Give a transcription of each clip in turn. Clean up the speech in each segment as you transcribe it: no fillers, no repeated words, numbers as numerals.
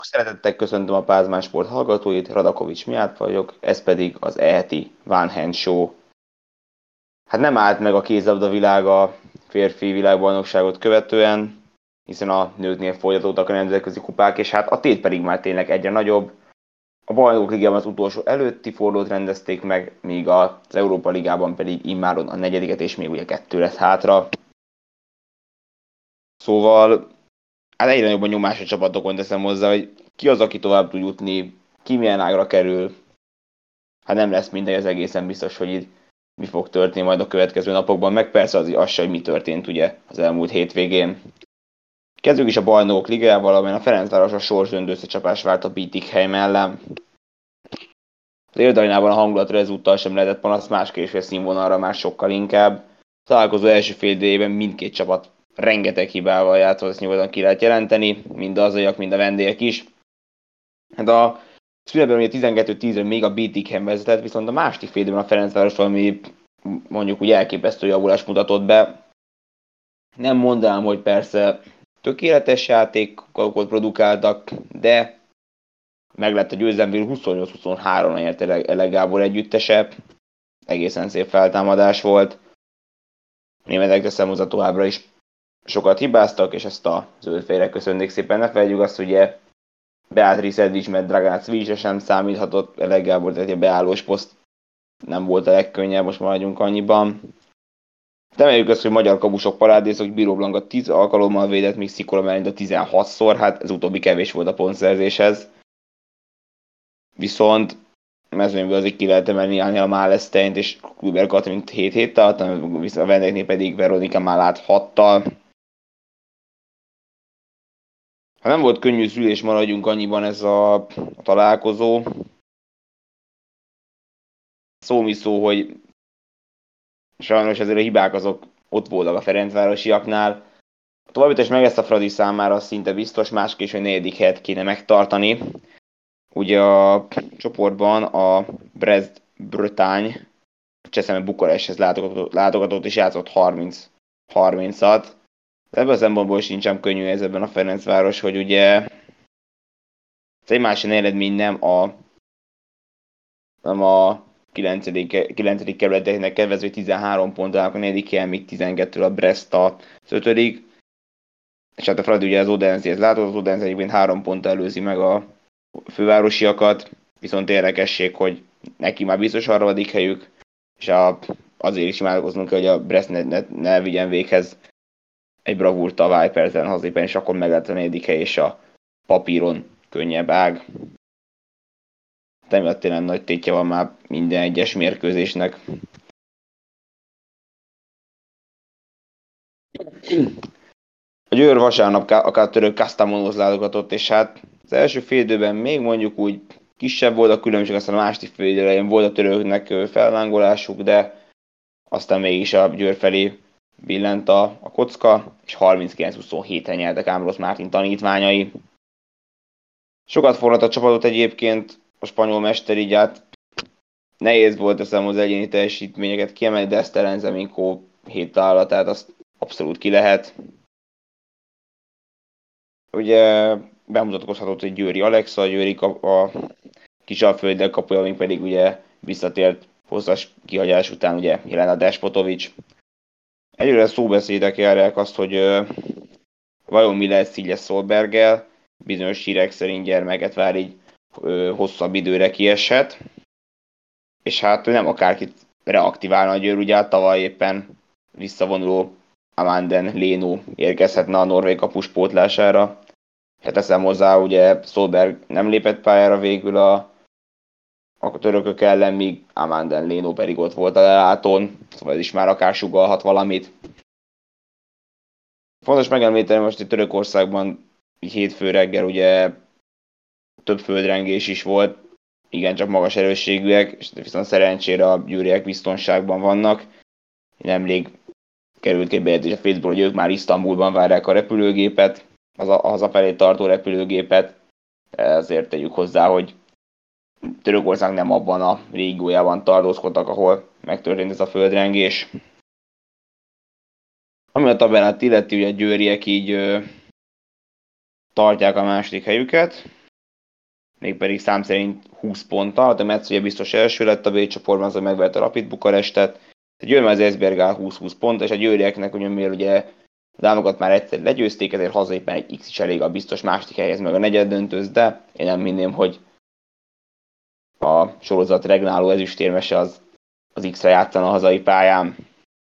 Szeretettel köszöntöm a Pázmány Sport hallgatóit, Radakovics Miát vagyok, ez pedig az e-heti One Hand Show. Hát nem állt meg a kézilabda világa férfi világbajnokságot követően, hiszen a nőknél folytatódtak a nemzetközi kupák, és hát a tét pedig már tényleg egyre nagyobb. A Bajnokok Ligában az utolsó előtti fordulót rendezték meg, míg az Európa Ligában pedig immáron a negyediket, és még ugye 2 lett hátra. Szóval hát egyre nagyobb a nyomás a csapatokon, teszem hozzá, hogy ki az, aki tovább tud jutni, ki milyen ágra kerül. Hát nem lesz mindegy, az egészen biztos, hogy itt mi fog történni majd a következő napokban, meg persze az sem, hogy mi történt ugye az elmúlt hétvégén. Kezdjük is a Bajnokok Ligájával, amelyen a Ferencváros a sorsdöntő összecsapás vált a Bietigheim ellen. Az Érdarinában a hangulatra ezúttal sem lehetett panasz, másképp színvonalra már sokkal inkább. A találkozó első fél idejében mindkét csapat rengeteg hibával játszott, ezt nyugodtan ki lehet jelenteni, mind az azzaiak, mind a vendégek is. Hát a szünetben ugye 12-10-re még a Bietigheim vezetett, viszont a második fél időben a Ferencváros valami mondjuk úgy elképesztő javulást mutatott be. Nem mondanám, hogy persze tökéletes játékokat produkáltak, de meg lett a győzelem, 28-23-ra ért Ele Gábor együttese. Egészen szép feltámadás volt. A németek teszem hozzá továbbra is sokat hibáztak, és ezt a zöldfejre köszönnék szépen. Ne felejtjük azt, ugye Beatrice Edvics, mert Dragán Cvicsre sem számíthatott, Ele Gábor, tehát a beállós poszt nem volt a legkönnyebb, most maradjunk annyiban. Reméljük azt, hogy magyar kapusok parádészok, hogy Bíró Blanka 10 alkalommal védett, míg Szikola Melinda 16-szor, hát ez utóbbi kevés volt a pontszerzéshez. Viszont mezőnyből azért ki lehet emelni Ányel Máleszteint és Kluber Katalint 7 héttel, a vendégnél pedig Veronika Málát 6-tal. Ha nem volt könnyű szülés, maradjunk annyiban ez a találkozó. Szó, hogy sajnos ezért a hibák azok ott voltak a Ferencvárosiaknál. A továbbítás meg ezt a Fradi számára szinte biztos, másképp is, hogy 4. helyet kéne megtartani. Ugye a csoportban a Brest Bretagne Cseszeme Bukaresthez látogatott és játszott 30-at. Ebből a szempontból sincsen könnyű helyzetben a Ferencváros, hogy ugye ez egy másik eredmény nem a 9. kerületeknek kedvező 13 ponttal, a 4. helyen, míg 12 a Brest az 5. És hát a Fradi ugye az Odenséhez látott, az Odense egyébként 3 ponttal előzi meg a fővárosiakat, viszont érdekesség, hogy neki már biztos a 3. helyük, és azért is imádkoznunk kell, hogy a Brest ne vigyen véghez egy bravúrt a Vipersen hazében, és akkor meg lehet a 4. hely, és a papíron könnyebb ág. Emiatt tényleg nagy tétje van már minden egyes mérkőzésnek. A Győr vasárnap akár török Kastamonuhoz látogatott, és hát az első fél időben még mondjuk úgy kisebb volt a különbség, aztán a második fél idő elején volt a töröknek fellángolásuk, de aztán mégis a Győr felé billent a kocka, és 39-27-en nyertek Ámorosz Mártin tanítványai. Sokat forrott a csapatot egyébként a spanyol mester, így hát nehéz volt az egyéni teljesítményeket kiemelni, de Esztelen Zeminko 7 találatát azt abszolút ki lehet. Ugye bemutatkozhatott, hogy Győri Alexa, Győri a Kisalföldek kapuja, amíg pedig ugye visszatért hosszas kihagyás után ugye Jelena Despotovics. Egyre szóbeszédek járják azt, hogy vajon mi lesz Szilje Szolberggel, bizonyos hírek szerint gyermeket vár, így hosszabb időre kieshet. És hát nem akárkit reaktiválna a Győr, ugye tavaly éppen visszavonuló Amanden Léno érkezhetne a norvég kapus pótlására. Hát teszem hozzá, ugye Szolberg nem lépett pályára végül a törökök ellen, míg Amanden Léno pedig ott volt a lelátón, szóval ez is már akár sugallhat valamit. Fontos megemlíteni most, hogy Törökországban hétfő reggel ugye több földrengés is volt, igencsak magas erősségűek, és viszont szerencsére a győriek biztonságban vannak. Nemrég került ki bejelentés a Facebookon, hogy ők már Isztambulban várják a repülőgépet, a hazafelé tartó repülőgépet. Ezért tegyük hozzá, hogy Törökország nem abban a régiójában tartózkodtak, ahol megtörtént ez a földrengés. Ami a tabellát illeti, ugye a győriek így tartják a második helyüket, mégpedig szám szerint 20 ponttal, a Metsz ugye biztos első lett a B csoportban, azon megvert a Rapid Bukarestet, tehát jön az Esbjerg 20-20 pont, és a győrieknek mivel ugye a dánokat már egyszer legyőzték, ezért hazaéppen egy X is elég a biztos második helyhez meg a negyeddöntőz, de én nem hinném, hogy a sorozat regnáló ezüstérmese az X-re játszana a hazai pályán.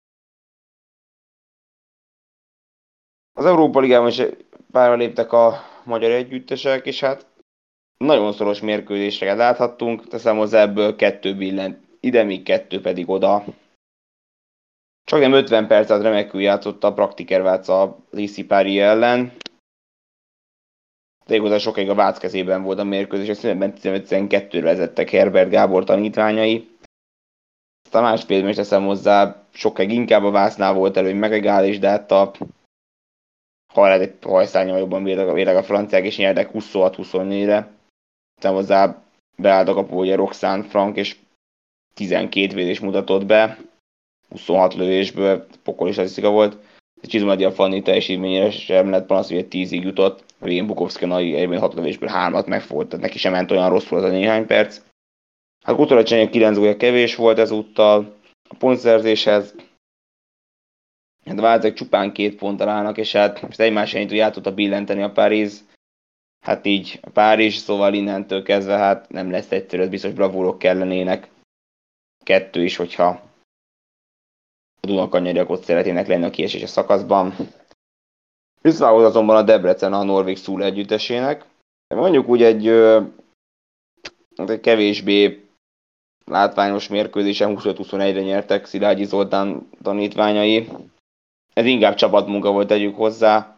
Az Európa Ligában is párra léptek a magyar együttesek, és hát nagyon szoros mérkőzéseket láthattunk, teszem hozzá ebből 2 billent ide, még 2 pedig oda. Csak nem 50 percet remekül játszott a Praktiker Vác az IC Paris ellen. Tényleg sokáig a Vác kezében volt a mérkőzés, és szünetben 15-12-re vezettek Herbert Gábor tanítványai. Aztán másfélben is teszem hozzá, sokáig inkább a Vácnál volt előny megegállás, de hát a hajrát egy hajszárnyal jobban vélek a franciák, és nyertek 26-24-re. Teszem hozzá beállt a kapu, ugye Roxane Frank, és 12 védés mutatott be, 26 lövésből, pokoli statisztika volt. Csizmadia a Fanni teljesítményére sem lett panasz, hogy 10-ig jutott, Vén Bukovszki 6 lövésből 3-at megfogott, tehát neki sem ment olyan rosszul az a néhány perc. Hát Kutoracsenyi 9 gólja kevés volt ezúttal a pontszerzéshez. Hát a Vácek csupán 2 ponttal állnak, és hát most egymás szerint át tudta billenteni a Párizs. Hát így a Párizs, szóval innentől kezdve hát nem lesz egyszerű, ez biztos bravúrok kellenének. 2 is, hogyha a Dunakanyariak ott szeretnének lenni a kieséses szakaszban. Visszavágott azonban a Debrecen a Norvég Szul együttesének. Mondjuk úgy egy kevésbé látványos mérkőzésen 25-21-re nyertek Szilágyi Zoltán tanítványai. Ez inkább csapatmunka volt, tegyük hozzá.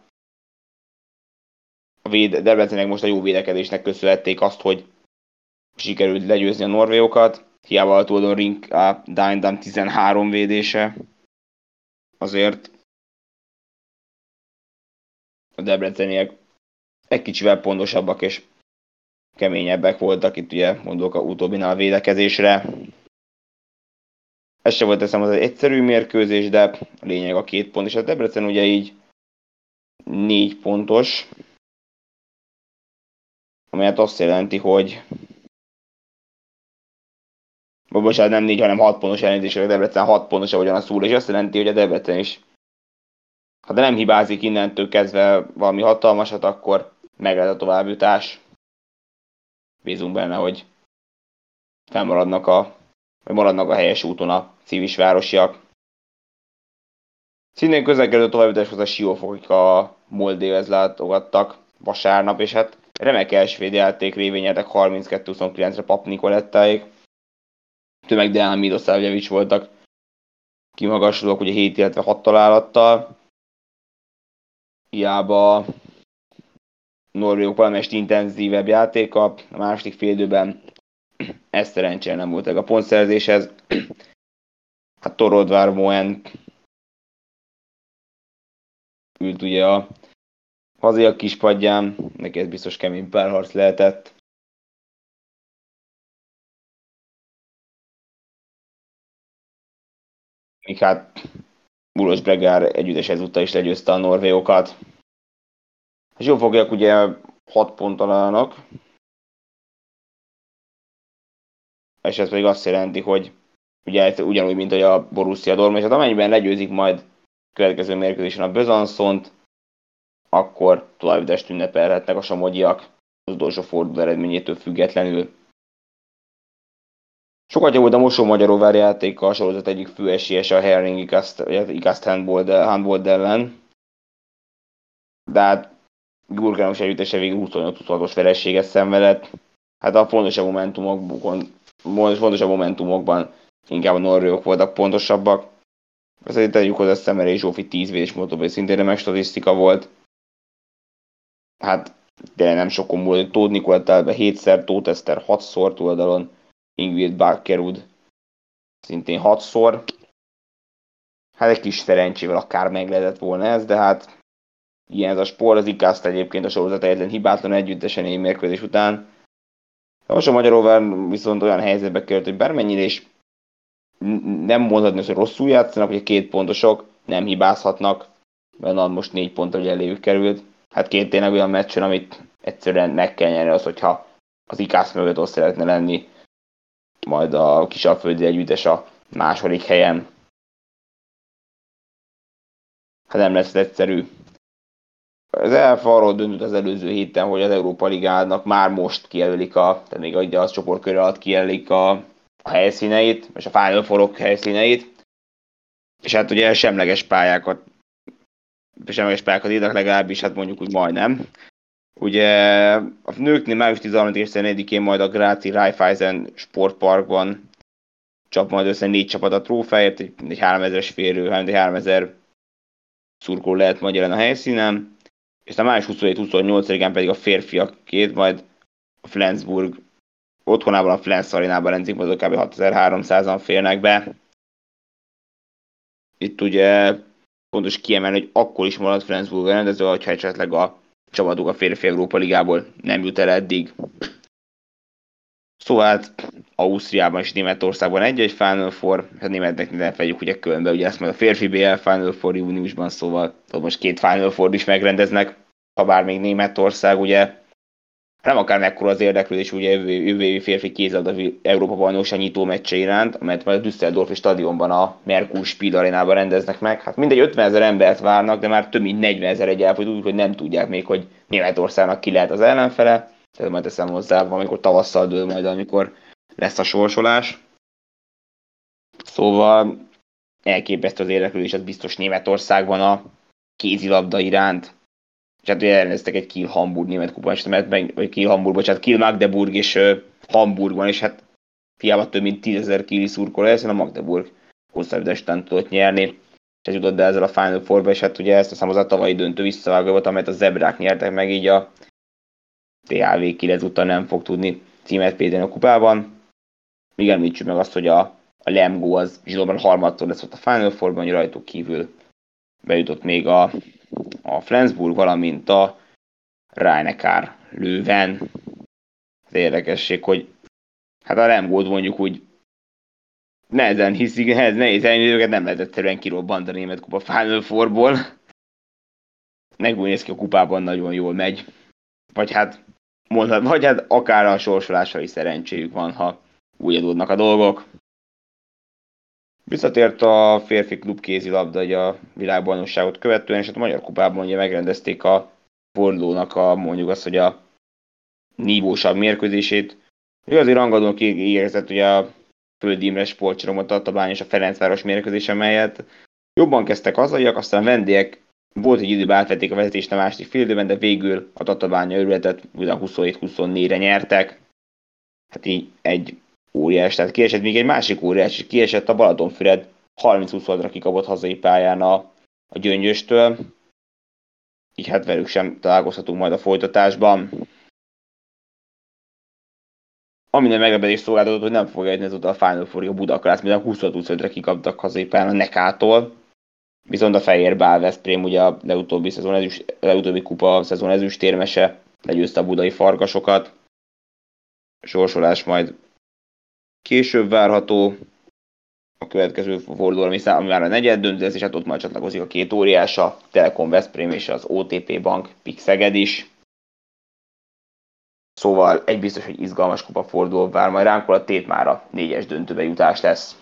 A Debrecennek most a jó védekezésnek köszönhették azt, hogy sikerült legyőzni a norvégokat. Hiába a Tuldon Rink a Dindam 13 védése. Azért a debreceniek egy kicsivel pontosabbak és keményebbek voltak, itt ugye mondok a utóbbinál a védekezésre. Ez se volt teszem az egy egyszerű mérkőzés, de a lényeg a 2 pont, és a Debrecen ugye így 4 pontos, amelyet azt jelenti, hogy bocsánat, nem 4, hanem 6 pontos elnézést, a Debrecen 6 pontos, ahogyan a Szúr, és azt jelenti, hogy a Debrecen is, ha de nem hibázik innentől kezdve valami hatalmasat, akkor meg lehet a továbbjutás. Bízunk benne, hogy felmaradnak maradnak a helyes úton a civisvárosiak. Szintén közelkedő továbbjutáshoz a Siófokik a Moldévhez látogattak vasárnap, és hát remek elsővéd játék révén nyertek 32-29-re Pap Nikolettáig. Tömeg Deán Miloszávljevics voltak kimagaslóak, ugye 7, illetve 6 találattal. Hiába a norvégok valamelyest intenzívebb játéka, a második félidőben ez szerencsére nem volt a pontszerzéshez. Hát Torodvár Moen ült ugye a hazaiak kispadján, neki ez biztos kemény párharc lehetett. Míg hát Bulos Bregár együttes ezúttal is legyőzte a norvégokat. És jól fogják, ugye 6 ponttal állnak, és ez pedig azt jelenti, hogy ugye ugyanúgy, mint a Borussia Dortmund, és hát amennyiben legyőzik majd következő mérkőzésen a Besançont, akkor továbbjutást ünnepelhetnek a somogyiak az utolsó forduló eredményétől függetlenül. Sokat javult a Mosó-Magyaróvár játéka, a sorozat egyik fő esélyese a Herning Ikast handball ellen, de hát Gurgános együttese végül 25-26-os vereséget szenvedett. Hát a fontosabb momentumokban inkább a norvégok voltak pontosabbak. Ezt tegyük hozzá, Szemeré Zsófi 10 védés motorban, szintén remek statisztika volt. Hát tényleg nem sokon múlott, Tóth Nikolett be 7-szer, Tóth Eszter 6-szor túloldalon, Ingrid Bakkerud szintén 6-szor. Hát egy kis szerencsével akár meg lehetett volna ez, de hát ilyen ez a sport, az Ikast egyébként a sorozat egyetlen hibátlan együttesen egy mérkőzés után. Most a Magyaróvár viszont olyan helyzetbe került, hogy bármennyire is nem mondhatni, hogy rosszul játszanak, hogy a 2 pontosok nem hibázhatnak, mert most 4 pont, hogy eléjük került. Hát 2 tényleg olyan meccsen, amit egyszerűen meg kell nyerni az, hogyha az IKASZ mögött ott szeretne lenni, majd a Kisalföldi Együttes a második helyen. Hát nem lesz egyszerű. Az ELFA arról döntött az előző héten, hogy az Európa Ligának már most kijelölik tehát még ugye az csoportkör alatt kijelölik a helyszíneit, és a Final Four-ok helyszíneit. És hát ugye semleges pályákat írnak legalábbis, hát mondjuk úgy majdnem. Ugye a nőknél május 13 és 14-én majd a Gráci Raiffeisen sportparkban csap majd össze 4 csapat a trófeáért, egy 3000-es férő, egy 3000 szurkoló lehet majd jelen a helyszínen. És a május 27-28-án pedig a férfiakét, majd a Flensburg otthonában, a Flens arénában rendzik, majd kb. 6300-an férnek be. Itt ugye fontos kiemelni, hogy akkor is marad Flensburg a rendező, hogyha esetleg a csapatuk a férfi Európa Ligából nem jut el eddig. Szóval hát Ausztriában és Németországban egy Final Four, hát németnek ne fejük ugye Kölnbe, ugye ezt majd a férfi BL Final Four júniusban, szóval most 2 Final Four is megrendeznek, ha bár még Németország ugye nem akár mekkora az érdeklődés ugye jövő évi férfi kézilabda Európa bajnokság nyitó meccse iránt, amelyet majd a Düsseldorfi stadionban a Merkur Spiel arénában rendeznek meg. Hát mindegy 50 000 embert várnak, de már több mint 40 000 egy elfogyott, úgyhogy nem tudják még, hogy Németországnak ki lehet az ellenfele. Tehát majd teszem hozzá, amikor tavasszal dől majd, amikor lesz a sorsolás. Szóval elképesztő az érdeklődés, az biztos Németországban a kézilabda iránt. És hát ugye elrendeztek egy Kiel-Hamburg német kupát, vagy Kiel-Hamburg, bocsánat, Kiel-Magdeburg és Hamburgban, és hát hiába több mint 10 000 Kieli szurkoló lesz, a Magdeburg hosszabbításután tudott nyerni, és ez jutott be ezzel a Final Fourba, és hát ugye ezt a tavalyi döntő visszavágó volt, amelyet a Zebrák nyertek meg, így a THV Kiel ezúttal nem fog tudni címet védeni a kupában. Még említsük meg azt, hogy a Lemgo az zsinórban harmadszor lesz ott a Final Fourban, hogy rajtuk kívül bejutott még a Flensburg, valamint a Rhein-Neckar Löwen. Az érdekesség, hogy hát a Lemgót mondjuk úgy nehezen hiszik, nehéz elni, őket nem lehet egyszerűen kirobbantani a német kupa Final Fourból. Meg úgy néz ki, a kupában nagyon jól megy. Vagy hát akár a sorsolásra is szerencséjük van, ha úgy adódnak a dolgok. Visszatért a férfi klub kézilabda a világbajnokságot követően, és hát a Magyar Kupában ugye megrendezték a fordulónak mondjuk azt, hogy a nívósabb mérkőzését. Igazi rangadónak ígérzett ugye a Földi Imre Sportcsarnokban Tatabány és a Ferencváros mérkőzése, melyet jobban kezdtek hazaiak, aztán vendégek volt egy időben átvették a vezetést a második félidőben, de végül a Tatabánya őrületet 27-24-re nyertek. Hát így egy óriás, tehát kiesett még egy másik óriás, és kiesett a Balatonfüred 30-26-ra kikapott hazai pályán a Gyöngyöstől. Így hát velük sem találkozhatunk majd a folytatásban. Aminek meglepetést szolgáltatott, hogy nem fogja egyni ezúttal a Final Four a Budakalász, mivel 25-25-re kikaptak hazai pályán a Nekától. Viszont a Fehér Veszprém ugye a legutóbbi kupa szezon ezüstérmese legyőzte a budai Farkasokat. A sorsolás majd később várható. A következő forduló, ami már a negyed döntő lesz, és hát ott majd csatlakozik a két óriás, a Telekom Veszprém és az OTP Bank PIK Szeged is. Szóval egy biztos, hogy izgalmas kupaforduló vár majd ránk, a tét már a 4-es döntőbe jutás lesz.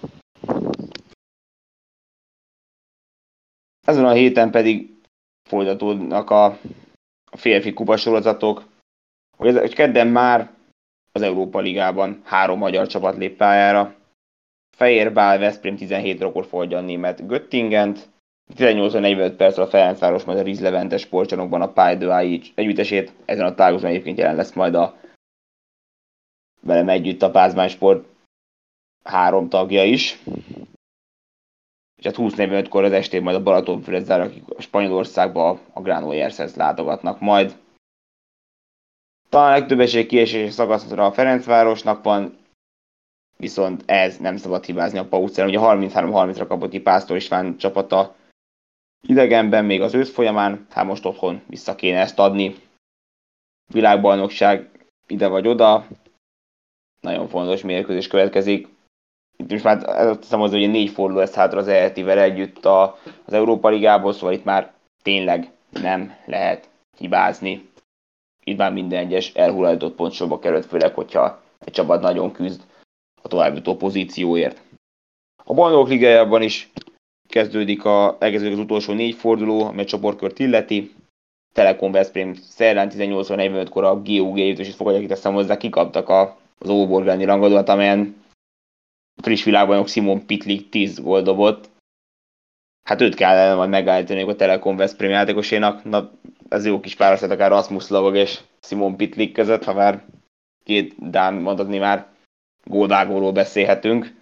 Ezen a héten pedig folytatódnak a férfi kupasorozatok, hogy kedden már az Európa Ligában 3 magyar csapat lép pályára. Fehérbál Veszprém 17 órakor fogadja a német Göttingent, 18-45 perccel a Ferencváros majd a Riz Levente sportcsarnokban a Pai de Haï együttesét. Ezen a találkozón egyébként jelen lesz majd velem együtt a Pázmány Sport 3 tagja is. És hát 20-45-kor az estén majd a Balatonfüred zár, akik a Spanyolországba a Granollers-hez látogatnak majd. Talán a legtöbb esély kiesés szakaszra a Ferencvárosnak van, viszont ez nem szabad hibázni a Paucán. Ugye 33-30-ra kapott ki Pásztor István csapata idegenben még az ősz folyamán, hát most otthon vissza kéne ezt adni. Világbajnokság ide vagy oda, nagyon fontos mérkőzés következik. Itt most már azt hiszem, hogy 4 forduló lesz hátra az EHT-vel együtt az Európa Ligából, szóval itt már tényleg nem lehet hibázni. itt már minden egyes elhullajtott pont sorba került, főleg, hogyha egy csapat nagyon küzd a továbbjutó pozícióért. A Bajnokok Ligájában is kezdődik az utolsó 4 forduló, amely a csoportkört illeti. Telekom Veszprém szerdán 18:45-kor a GOG és fogadják, itt teszem hozzá, kikaptak az Óborg elleni rangadót, amelyen friss világbajnok Simon Pitlick 10 gólt dobott. Hát őt kellene majd megállítani a Telekom Veszprém játékosénak. Na, ez jó kis párosztat akár Rasmus Lavog és Simon Pitlick között, ha már két dán, mondhatni már gólvágóról beszélhetünk.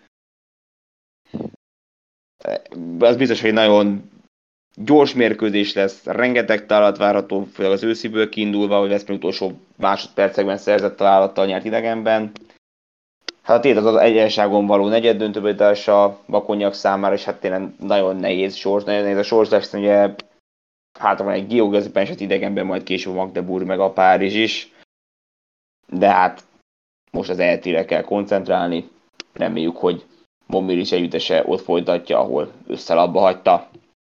Az biztos, hogy nagyon gyors mérkőzés lesz, rengeteg találat várható, főleg az ősziből kiindulva, hogy Veszprém utolsó másodpercekben szerzett találattal nyert idegenben. Hát a tét az egyenságon való negyeddöntőbe jutása a bakonyak számára, és hát tényleg nagyon nehéz sors, nagyon nehéz a sors lesz, ugye hátra van egy GOG, eset idegenben, majd később Magdeburg meg a Párizs is. De hát most az ELTE-re kell koncentrálni, reméljük, hogy Momilis együttese ott folytatja, ahol összelabba hagyta.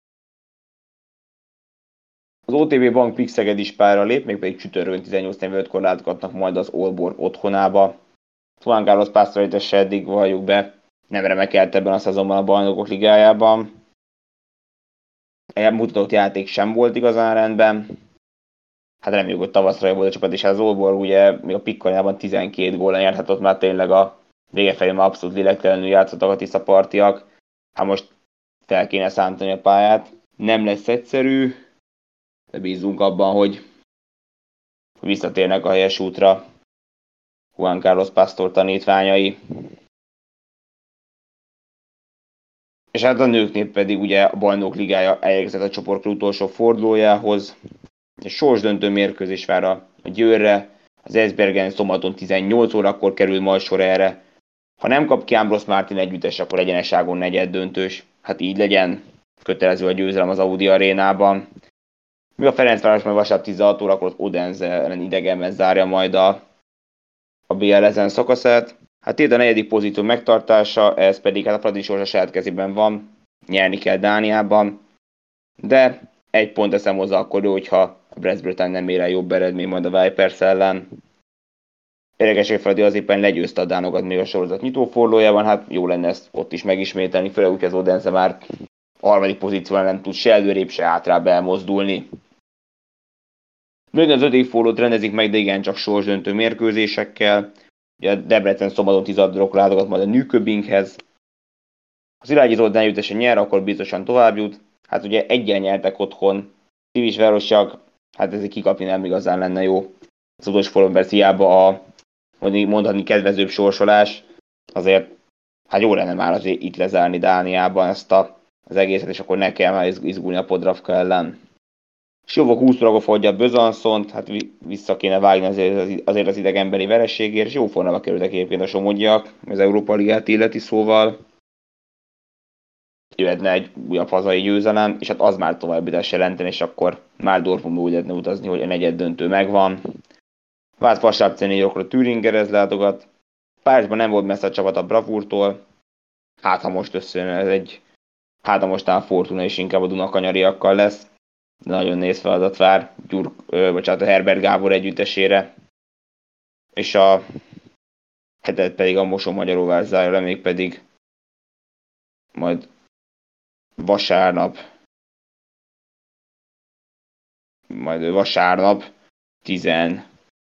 Az OTP Bank Pix Szeged is pályára lép, mégpedig csütörtökön 18:45-kor látogatnak majd az Aalborg otthonába. Juan Carlos Pastorítesse eddig valljuk be, nem remekelt ebben a szezonban a Bajnokok Ligájában. Mutatott játék sem volt igazán rendben. Hát reméljük, hogy tavaszra jobb volt a csapat, és az Aalborg ugye még a Pikkanyában 12 góllal nyert, ott már tényleg a vége felé már abszolút lélektelenül játszottak a tiszapartiak. Hát most fel kéne szántani a pályát. Nem lesz egyszerű, de bízunk abban, hogy visszatérnek a helyes útra Juan Carlos Pastor tanítványai. És hát a nőknél pedig ugye a Bajnokok Ligája elérkezett a csoportkör utolsó fordulójához. Egy sorsdöntő mérkőzés vár a Győrre, az Esbjergen szombaton 18 órakor kerül majd sor erre. Ha nem kap ki Ambros Mártin együttes, akkor egyeneságon negyeddöntős. Hát így legyen, kötelező a győzelem az Audi arénában. Mi a Ferencváros majd vasárnap 16 órakor az Odense ellen idegenben zárja majd a BL ezen szakaszát. Hát itt a negyedik pozíció megtartása, ez pedig hát a Fradi sors a saját kezében van, nyerni kell Dániában, de egy pont eszem hozzá akkor, hogyha a Brest Bretagne nem ér el jobb eredmény majd a Vipers ellen. Érdekes, Fradi az éppen legyőzte a dánokat még a sorozat nyitófordulójában, hát jó lenne ezt ott is megismételni, főleg úgy, az Odense már a harmadik pozícióban nem tud se előrébb, se hátrább elmozdulni. Még az ötödik fordulót rendezik meg, de igen, csak sorsdöntő mérkőzésekkel. Ugye a Debrecen szombaton 16-kor látogat majd a Nyköpinghez. Ha Szilágyi Zoltán együttesen nyer, akkor biztosan tovább jut. Hát ugye egyen nyertek otthon. Divisvárosiak, hát ez kikapni nem igazán lenne jó. Az utolsó fordulóban hiába a mondhatni kedvezőbb sorsolás. Azért hát jó lenne már azért itt lezárni Dániában ezt az egészet, és akkor ne kell már izgulni a Podravka ellen. Siófok 20 órakor fogadja a Besançont, hát vissza kéne vágni azért az idegenbeli vereségért, és jó formába kerültek egyébként a somogyiak, az Európa Ligát illeti, szóval jöhetne egy újabb hazai győzelem, és hát az már továbbítás jelenteni, és akkor már Dortmundba úgy lehetne utazni, hogy a negyed döntő megvan. Vált vasárnap 14 órakor a Thüringerhez látogat, Párizsban nem volt messze a csapat a Bravúrtól, hát ha most összejön ez hát ha mostán a Fortuna is inkább a Dunakanyariakkal lesz. Nagyon nehéz feladat vár a Herbert Gábor együttesére. És a hetet pedig a Mosonmagyaróvár zárja le, még pedig majd vasárnap 18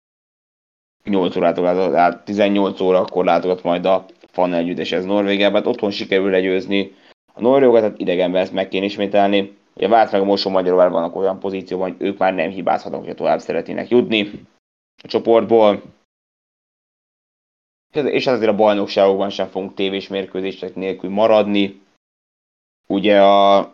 órakor látogat majd a Fan együtteshez Norvégiában. Hát otthon sikerül legyőzni a norvégokat, tehát idegenben ezt meg kéne ismételni. Ugye vált meg a Mosonmagyaróvár vannak olyan pozícióban, hogy ők már nem hibázhatnak, hogyha tovább szeretnének jutni a csoportból. És azért a bajnokságokban sem fogunk tévés mérkőzések nélkül maradni. Ugye a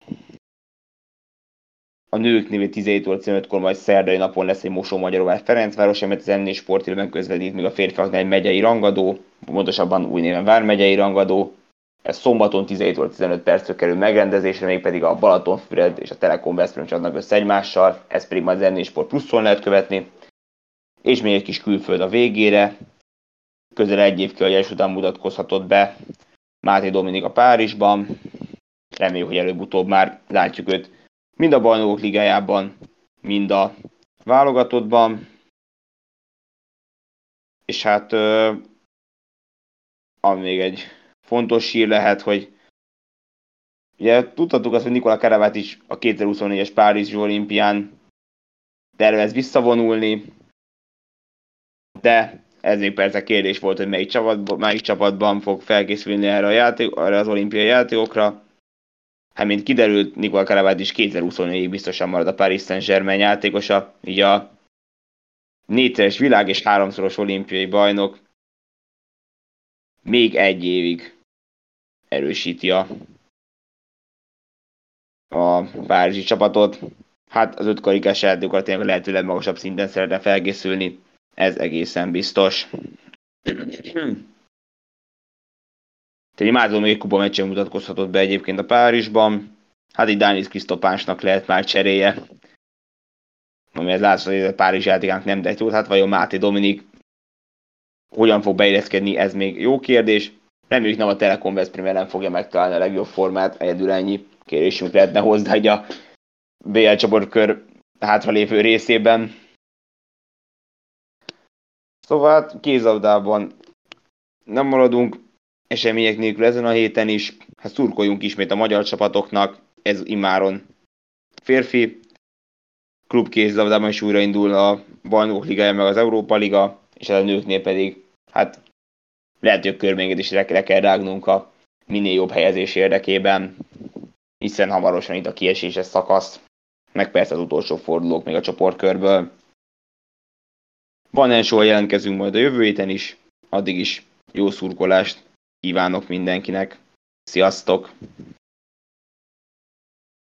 nőknél 17:15-kor majd szerdai napon lesz egy Mosonmagyaróvár Ferencváros, amit az M4 Sportélben közvetít, még a férfiaknál egy megyei rangadó, pontosabban új néven Vármegyei rangadó. Ez szombaton 17:15 kerül megrendezésre, mégpedig a Balatonfüred és a Telekom Veszprém csatnak össze egymással, ez pedig majd az M4 Sport Pluszon lehet követni. És még egy kis külföld a végére, közel egy év kölgyes után mutatkozhatott be Máté Dominik a Párizsban. Reméljük, hogy előbb-utóbb már látjuk őt mind a Bajnokok Ligájában, mind a válogatottban, és hát ami még egy fontos hír lehet, hogy ugye tudhattuk azt, hogy Nikola Karabatic is a 2024-es Párizsi olimpián tervez visszavonulni, de ez még persze kérdés volt, hogy melyik csapatban fog felkészülni erre az olimpiai játékokra. Hát mint kiderült, Nikola Karabatic 2024-ig biztosan marad a Paris Saint-Germain játékosa, így a négyszeres világ és háromszoros olimpiai bajnok még egy évig erősíti a párizsi csapatot. Hát az ötkarikás játékokat tényleg lehetőleg magasabb szinten szeretne felkészülni, ez egészen biztos. Tehát imádom, még egy kupa meccsen mutatkozhatott be egyébként a Párizsban. Hát így Dánis Krisztopánsnak lehet már cseréje. Ami ez látszott, hogy a Párizs játékának nem tett jót. Hát vajon Máté Dominik hogyan fog beilleszkedni, ez még jó kérdés. Reméljük nem a Telekom Veszprém ellen fogja megtalálni a legjobb formát, egyedül ennyi kérésünk lehetne hozzá egy a BL csoportkör hátralévő részében. Szóval hát kézlabdában nem maradunk, események nélkül ezen a héten is. Hát szurkoljunk ismét a magyar csapatoknak, ez immáron férfi klubkézlabdában is újraindul a Bajnokok Ligája, meg az Európa Liga, és a nőknél pedig hát lehet, hogy a körbeengedésre le kell rágnunk a minél jobb helyezés érdekében, hiszen hamarosan itt a kieséses szakasz, meg persze az utolsó fordulók még a csoportkörből. Van elsővel jelentkezünk majd a jövő héten is, addig is jó szurkolást kívánok mindenkinek. Sziasztok!